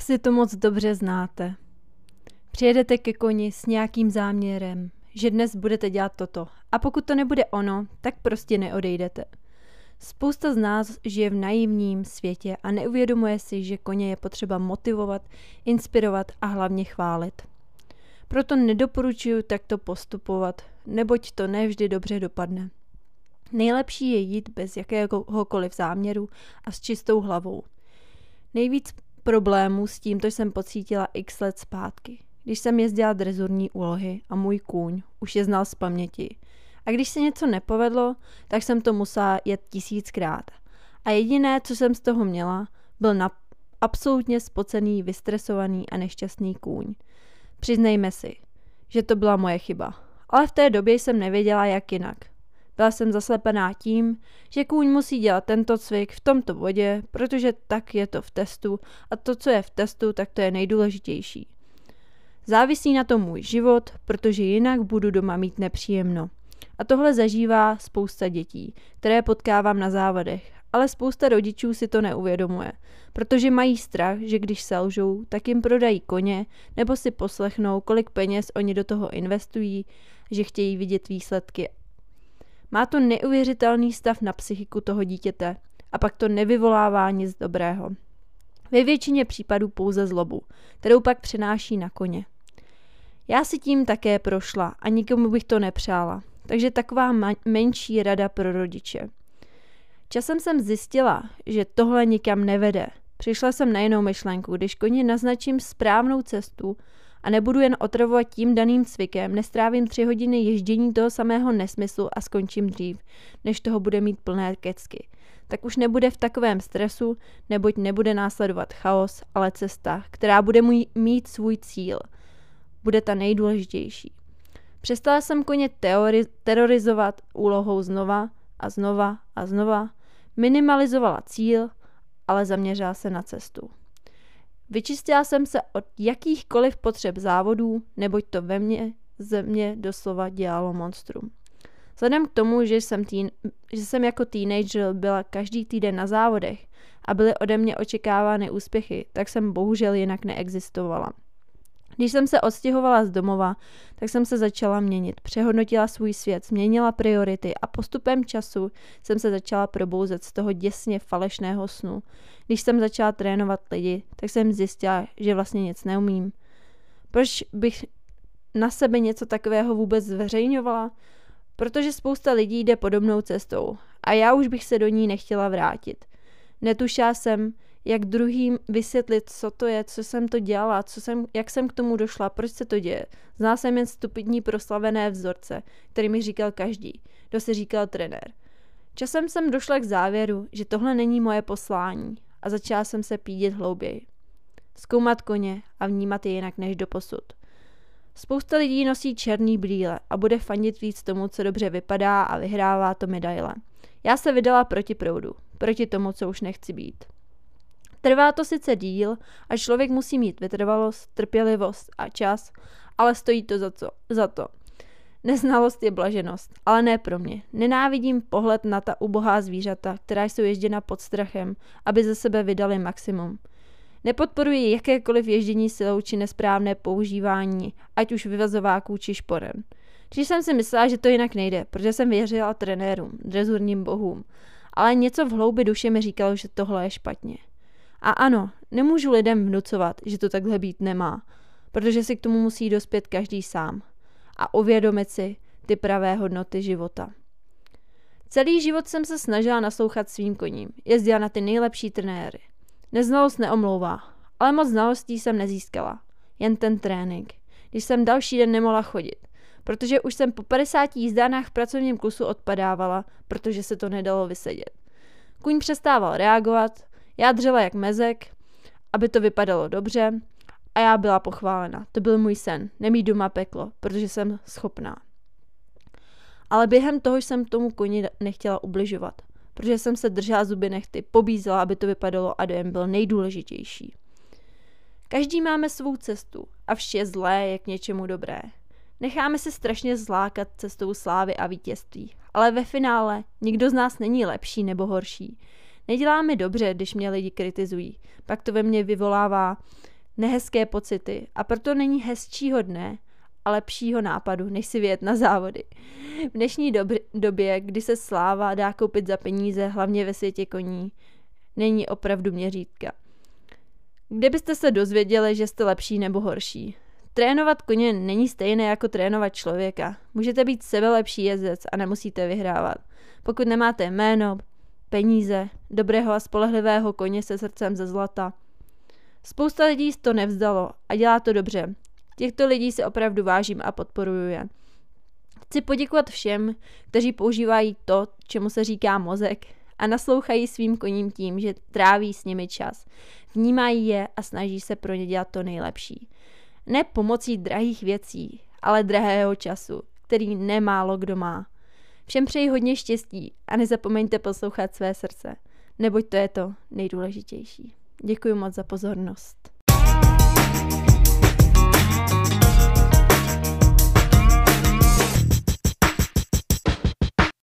Asi to moc dobře znáte. Přijedete ke koni s nějakým záměrem, že dnes budete dělat toto. A pokud to nebude ono, tak prostě neodejdete. Spousta z nás žije v naivním světě a neuvědomuje si, že koně je potřeba motivovat, inspirovat a hlavně chválit. Proto nedoporučuji takto postupovat, neboť to nevždy dobře dopadne. Nejlepší je jít bez jakéhokoliv záměru a s čistou hlavou. Nejvíc problémů s tímto jsem pocítila x let zpátky, když jsem jezdila drezurní úlohy a můj kůň už je znal z paměti. A když se něco nepovedlo, tak jsem to musela jet 1000krát. A jediné, co jsem z toho měla, byl absolutně spocený, vystresovaný a nešťastný kůň. Přiznejme si, že to byla moje chyba. Ale v té době jsem nevěděla, jak jinak. Byla jsem zaslepená tím, že kůň musí dělat tento cvik v tomto bodě, protože tak je to v testu a to, co je v testu, tak to je nejdůležitější. Závisí na tom můj život, protože jinak budu doma mít nepříjemno. A tohle zažívá spousta dětí, které potkávám na závodech, ale spousta rodičů si to neuvědomuje, protože mají strach, že když selžou, tak jim prodají koně nebo si poslechnou, kolik peněz oni do toho investují, že chtějí vidět výsledky. Má to neuvěřitelný stav na psychiku toho dítěte a pak to nevyvolává nic dobrého. Ve většině případů pouze zlobu, kterou pak přenáší na koně. Já si tím také prošla a nikomu bych to nepřála, takže taková menší rada pro rodiče. Časem jsem zjistila, že tohle nikam nevede. Přišla jsem na jinou myšlenku, když koni naznačím správnou cestu a nebudu jen otravovat tím daným cvikem, nestrávím 3 hodiny ježdění toho samého nesmyslu a skončím dřív, než toho bude mít plné kecky. Tak už nebude v takovém stresu, neboť nebude následovat chaos, ale cesta, která bude mít svůj cíl. Bude ta nejdůležitější. Přestala jsem koně terorizovat úlohou znova a znova a znova, minimalizovala cíl, ale zaměřila se na cestu. Vyčistila jsem se od jakýchkoliv potřeb závodů, neboť to ze mě doslova dělalo monstrum. Vzhledem k tomu, že jsem jako teenager byla každý týden na závodech a byly ode mě očekávány úspěchy, tak jsem bohužel jinak neexistovala. Když jsem se odstěhovala z domova, tak jsem se začala měnit, přehodnotila svůj svět, změnila priority a postupem času jsem se začala probouzet z toho děsně falešného snu. Když jsem začala trénovat lidi, tak jsem zjistila, že vlastně nic neumím. Proč bych na sebe něco takového vůbec zveřejňovala? Protože spousta lidí jde podobnou cestou a já už bych se do ní nechtěla vrátit. Netušila jsem, jak druhým vysvětlit, co to je, co jsem to dělala, jak jsem k tomu došla, proč se to děje. Znala jsem jen stupidní proslavené vzorce, který mi říkal každý, kdo si říkal trenér. Časem jsem došla k závěru, že tohle není moje poslání a začala jsem se pídit hlouběji. Zkoumat koně a vnímat je jinak než doposud. Spousta lidí nosí černý brýle a bude fandit víc tomu, co dobře vypadá a vyhrává to medaile. Já se vydala proti proudu, proti tomu, co už nechci být. Trvá to sice díl a člověk musí mít vytrvalost, trpělivost a čas, ale stojí to za to. Neznalost je blaženost, ale ne pro mě. Nenávidím pohled na ta ubohá zvířata, která jsou ježděna pod strachem, aby ze sebe vydali maximum. Nepodporuji jakékoliv ježdění silou či nesprávné používání, ať už vyvazováků či šporen. Když jsem si myslela, že to jinak nejde, protože jsem věřila trenérům, drezurním bohům, ale něco v hloubi duše mi říkalo, že tohle je špatně. A ano, nemůžu lidem vnucovat, že to takhle být nemá, protože si k tomu musí dospět každý sám a uvědomit si ty pravé hodnoty života. Celý život jsem se snažila naslouchat svým koním, jezdila na ty nejlepší trenéry. Neznalost neomlouvá, ale moc znalostí jsem nezískala, jen ten trénink, když jsem další den nemohla chodit, protože už jsem po 50 jízdánách v pracovním klusu odpadávala, protože se to nedalo vysedět. Kůň přestával reagovat, já dřela jak mezek, aby to vypadalo dobře a já byla pochválena. To byl můj sen, nemít doma peklo, protože jsem schopná. Ale během toho jsem tomu koni nechtěla ubližovat, protože jsem se držela zuby nehty, pobízela, aby to vypadalo a dojem byl nejdůležitější. Každý máme svou cestu a vše zlé je k něčemu dobré. Necháme se strašně zlákat cestou slávy a vítězství, ale ve finále nikdo z nás není lepší nebo horší. Nedělá mi dobře, když mě lidi kritizují, pak to ve mně vyvolává nehezké pocity a proto není hezčího dne a lepšího nápadu, než si vyjet na závody. V dnešní době, kdy se sláva dá koupit za peníze, hlavně ve světě koní, není opravdu měřítka. Kde byste se dozvěděli, že jste lepší nebo horší? Trénovat koně není stejné jako trénovat člověka. Můžete být sebelepší jezdec a nemusíte vyhrávat. Pokud nemáte jméno, peníze, dobrého a spolehlivého koně se srdcem ze zlata. Spousta lidí to nevzdalo a dělá to dobře. Těchto lidí si opravdu vážím a podporuju je. Chci poděkovat všem, kteří používají to, čemu se říká mozek, a naslouchají svým koním tím, že tráví s nimi čas. Vnímají je a snaží se pro ně dělat to nejlepší. Ne pomocí drahých věcí, ale drahého času, který nemálo kdo má. Všem přeji hodně štěstí a nezapomeňte poslouchat své srdce, neboť to je to nejdůležitější. Děkuji moc za pozornost.